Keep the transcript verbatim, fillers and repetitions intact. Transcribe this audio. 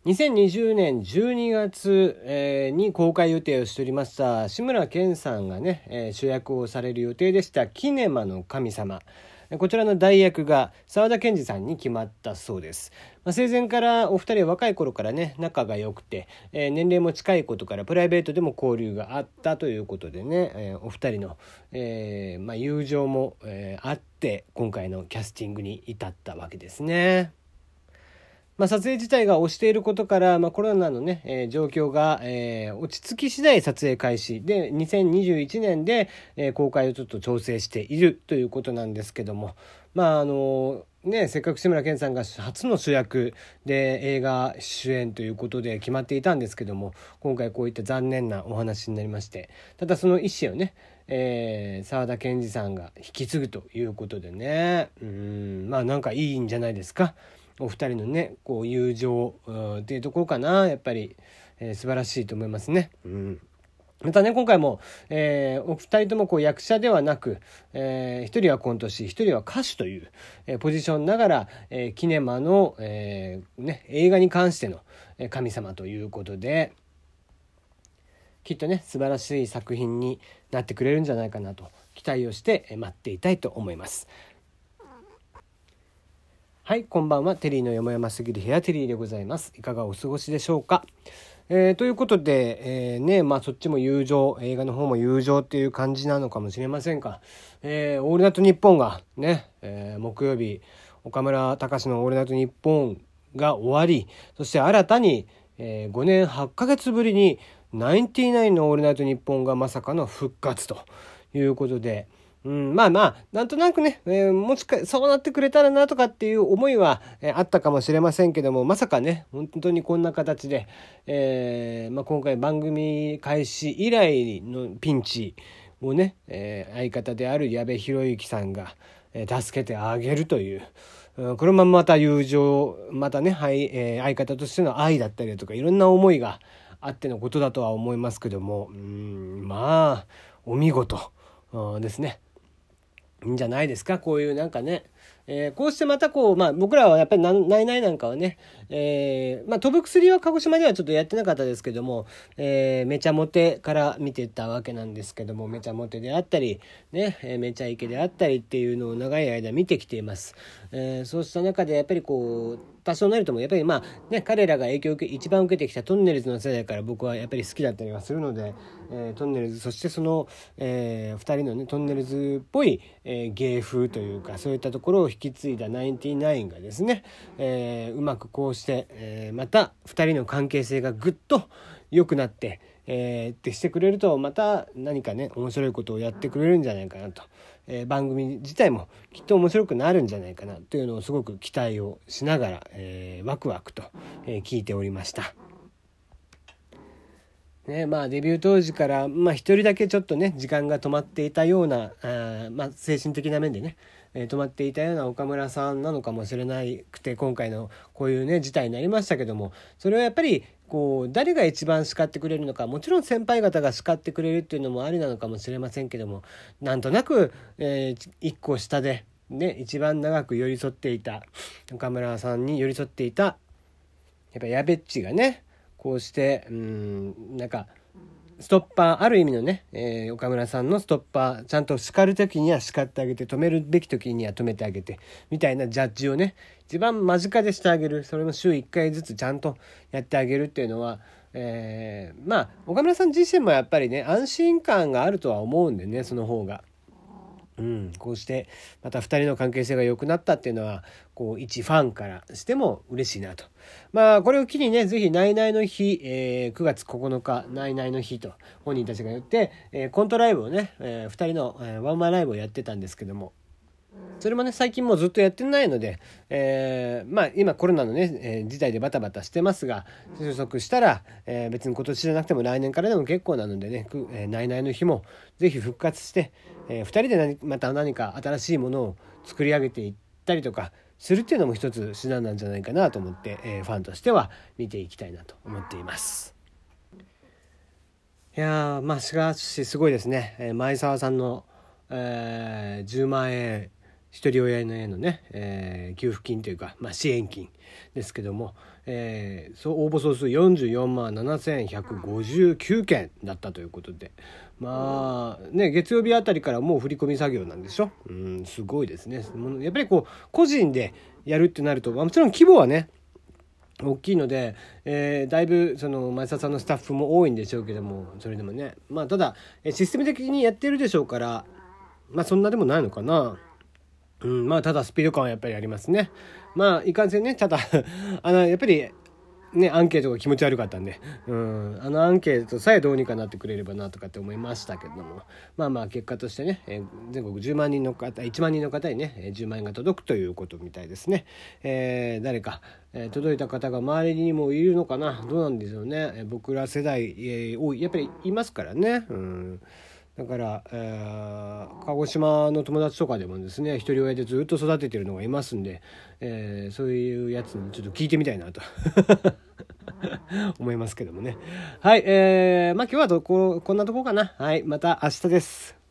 にせんにじゅうねんじゅうにがつ、えー、に公開予定をしておりました志村けんさんがね、えー、主役をされる予定でしたキネマの神様、こちらの代役が沢田研二さんに決まったそうです。まあ、生前からお二人は若い頃からね仲が良くて、えー、年齢も近いことからプライベートでも交流があったということでね、えー、お二人の、えーまあ、友情も、えー、あって今回のキャスティングに至ったわけですね。まあ、撮影自体が押していることから、まあ、コロナの、ねえー、状況が、えー、落ち着き次第撮影開始でにせんにじゅういちねんで、えー、公開をちょっと調整しているということなんですけども、まああのね、せっかく志村けんさんが初の主役で映画主演ということで決まっていたんですけども、今回こういった残念なお話になりまして、ただその意思をね、えー、沢田研二さんが引き継ぐということでね、うーんまあなんかいいんじゃないですか。お二人のねこう友情っていうところかな、やっぱり、えー、素晴らしいと思いますね。うんまたね今回も、えー、お二人ともこう役者ではなく、えー、一人はコント師一人は歌手という、えー、ポジションながら、えー、キネマの、えーね、映画に関しての神様ということで、きっとね素晴らしい作品になってくれるんじゃないかなと期待をして待っていたいと思います。はい、こんばんは。テリーのよもやますぎる部屋、テリーでございます。いかがお過ごしでしょうか。えー、ということで、えー、ねまあそっちも友情、映画の方も友情っていう感じなのかもしれませんが、えー、オールナイトニッポンがね、えー、木曜日岡村隆史のオールナイトニッポンが終わり、そして新たに、えー、ごねんはちかげつぶりにナインティナインのオールナイトニッポンがまさかの復活ということで、うん、まあまあなんとなくね、えー、もしかそうなってくれたらなとかっていう思いは、えー、あったかもしれませんけども、まさかね本当にこんな形で、えーまあ、今回番組開始以来のピンチをね、えー、相方である矢部浩之さんが、えー、助けてあげるという、うん、これもまた友情、またね、はいえー、相方としての愛だったりとかいろんな思いがあってのことだとは思いますけども、うんまあお見事ですね。いいんじゃないですか、こういうなんかね、えー、こうしてまたこう、まあ僕らはやっぱりないないなんかはね、えー、まあ飛ぶ薬は鹿児島ではちょっとやってなかったですけども、えー、めちゃモテから見てたわけなんですけども、めちゃモテであったりね、えー、めちゃイケであったりっていうのを長い間見てきています。えー、そうした中でやっぱりこう多少なりともやっぱりまあね彼らが影響を受け一番受けてきたトンネルズの世代から僕はやっぱり好きだったりはするので、えー、トンネルズそしてその、えー、ふたりのねトンネルズっぽい、えー、芸風というかそういったところを引き継いだナインティナインがですね、えー、うまくこうして、えー、またふたりの関係性がぐっと良くなって、えー、ってしてくれるとまた何かね面白いことをやってくれるんじゃないかなと、えー、番組自体もきっと面白くなるんじゃないかなというのをすごく期待をしながら、えー、ワクワクと、えー、聞いておりました。ねまあ、デビュー当時から、まあ、一人だけちょっとね時間が止まっていたようなあ、まあ、精神的な面でね、えー、止まっていたような岡村さんなのかもしれなくて今回のこういうね事態になりましたけども、それはやっぱりこう誰が一番叱ってくれるのか、もちろん先輩方が叱ってくれるっていうのもありなのかもしれませんけども、なんとなく、えー、一個下で、ね、一番長く寄り添っていた岡村さんに寄り添っていたやっぱ矢部っちがねこうしてうーんなんかストッパーある意味のね、えー、岡村さんのストッパーちゃんと叱る時には叱ってあげて止めるべき時には止めてあげてみたいなジャッジをね一番間近でしてあげる、それも週いっかいずつちゃんとやってあげるっていうのは、えー、まあ岡村さん自身もやっぱりね安心感があるとは思うんでね、その方が。うん、こうしてまたふたりの関係性が良くなったっていうのはこう一ファンからしても嬉しいなと。まあこれを機にねぜひナイナイの日、えー、くがつここのかナイナイの日と本人たちが言って、えー、コントライブをね、えー、ふたりの、えー、ワンマンライブをやってたんですけども、それもね最近もうずっとやってないので、えー、まあ今コロナのね、えー、事態でバタバタしてますが、収束したら、えー、別に今年じゃなくても来年からでも結構なのでね、えー、ナイナイの日もぜひ復活して、えー、ふたりで何また何か新しいものを作り上げていったりとかするっていうのも一つ手段なんじゃないかなと思って、えー、ファンとしては見ていきたいなと思っています。いやーまあしかしすごいですね、えー、前澤さんの、えー、じゅうまんえん一人親へのね、えー、給付金というか、まあ、支援金ですけども、えー、そう応募総数よんじゅうよんまんななせんひゃくごじゅうきゅうけんだったということで、まあね、月曜日あたりからもう振り込み作業なんでしょ。うん、すごいですね。やっぱりこう個人でやるってなると、まあ、もちろん規模はね大きいので、えー、だいぶその前澤さんのスタッフも多いんでしょうけども、それでもね、まあただシステム的にやってるでしょうから、まあそんなでもないのかな。うん、まあただスピード感はやっぱりありますね。まあいかんせんね、ただあのやっぱりねアンケートが気持ち悪かったんで、うん、あのアンケートさえどうにかなってくれればなとかって思いましたけども、まあまあ結果としてね、えー、全国じゅうまんにんの方いちまんにんの方にねじゅうまんえんが届くということみたいですね。えー、誰か、えー、届いた方が周りにもいるのかな、どうなんでしょうね。えー、僕ら世代、えー、多いやっぱりいますからね。うん、だから、えー、鹿児島の友達とかでもですね一人親でずっと育ててるのがいますんで、えー、そういうやつにちょっと聞いてみたいなと思いますけどもね。はい、えー、まあ今日はどここんなとこかな。はい、また明日です。